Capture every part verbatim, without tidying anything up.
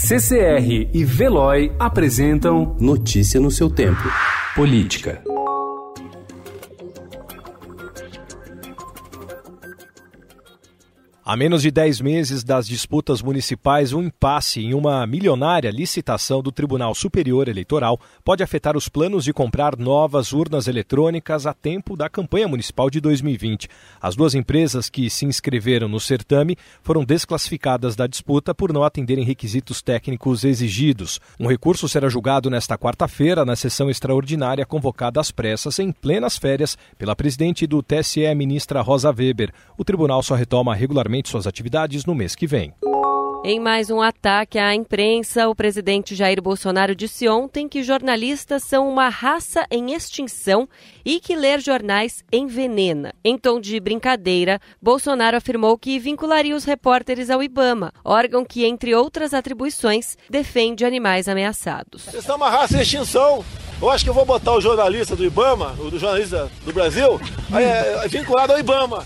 C C R e Veloy apresentam Notícia no seu tempo. Política. Há menos de dez meses das disputas municipais, um impasse em uma milionária licitação do Tribunal Superior Eleitoral pode afetar os planos de comprar novas urnas eletrônicas a tempo da campanha municipal de dois mil e vinte. As duas empresas que se inscreveram no certame foram desclassificadas da disputa por não atenderem requisitos técnicos exigidos. Um recurso será julgado nesta quarta-feira na sessão extraordinária convocada às pressas em plenas férias pela presidente do T S E, ministra Rosa Weber. O tribunal só retoma regularmente suas atividades no mês que vem. Em mais um ataque à imprensa, o presidente Jair Bolsonaro disse ontem que jornalistas são uma raça em extinção e que ler jornais envenena. Em tom de brincadeira, Bolsonaro afirmou que vincularia os repórteres ao IBAMA, órgão que, entre outras atribuições, defende animais ameaçados. Vocês são uma raça em extinção. Eu acho que eu vou botar o jornalista do IBAMA, o do jornalista do Brasil, é, é, vinculado ao IBAMA.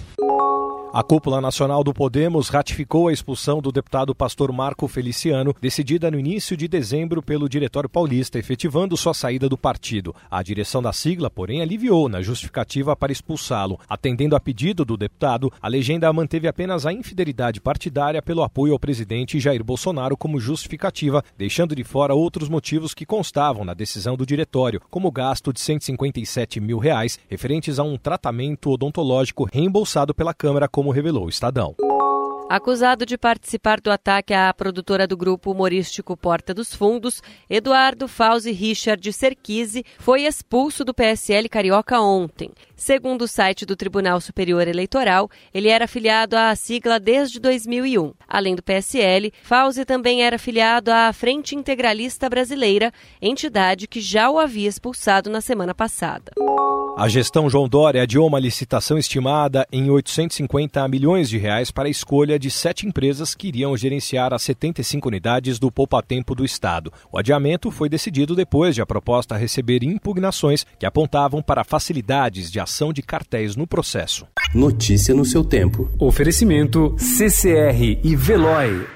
A Cúpula Nacional do Podemos ratificou a expulsão do deputado pastor Marco Feliciano, decidida no início de dezembro pelo Diretório Paulista, efetivando sua saída do partido. A direção da sigla, porém, aliviou na justificativa para expulsá-lo. Atendendo a pedido do deputado, a legenda manteve apenas a infidelidade partidária pelo apoio ao presidente Jair Bolsonaro como justificativa, deixando de fora outros motivos que constavam na decisão do diretório, como o gasto de cento e cinquenta e sete mil reais referentes a um tratamento odontológico reembolsado pela Câmara, como revelou o Estadão. Acusado de participar do ataque à produtora do grupo humorístico Porta dos Fundos, Eduardo Fauzi Richard Serquise foi expulso do P S L carioca ontem. Segundo o site do Tribunal Superior Eleitoral, ele era afiliado à sigla desde dois mil e um. Além do P S L, Fauzi também era afiliado à Frente Integralista Brasileira, entidade que já o havia expulsado na semana passada. A gestão João Dória adiou uma licitação estimada em oitocentos e cinquenta milhões de reais para a escolha de sete empresas que iriam gerenciar as setenta e cinco unidades do poupatempo do Estado. O adiamento foi decidido depois de a proposta receber impugnações que apontavam para facilidades de ação de cartéis no processo. Notícia no seu tempo. Oferecimento C C R e Veloy.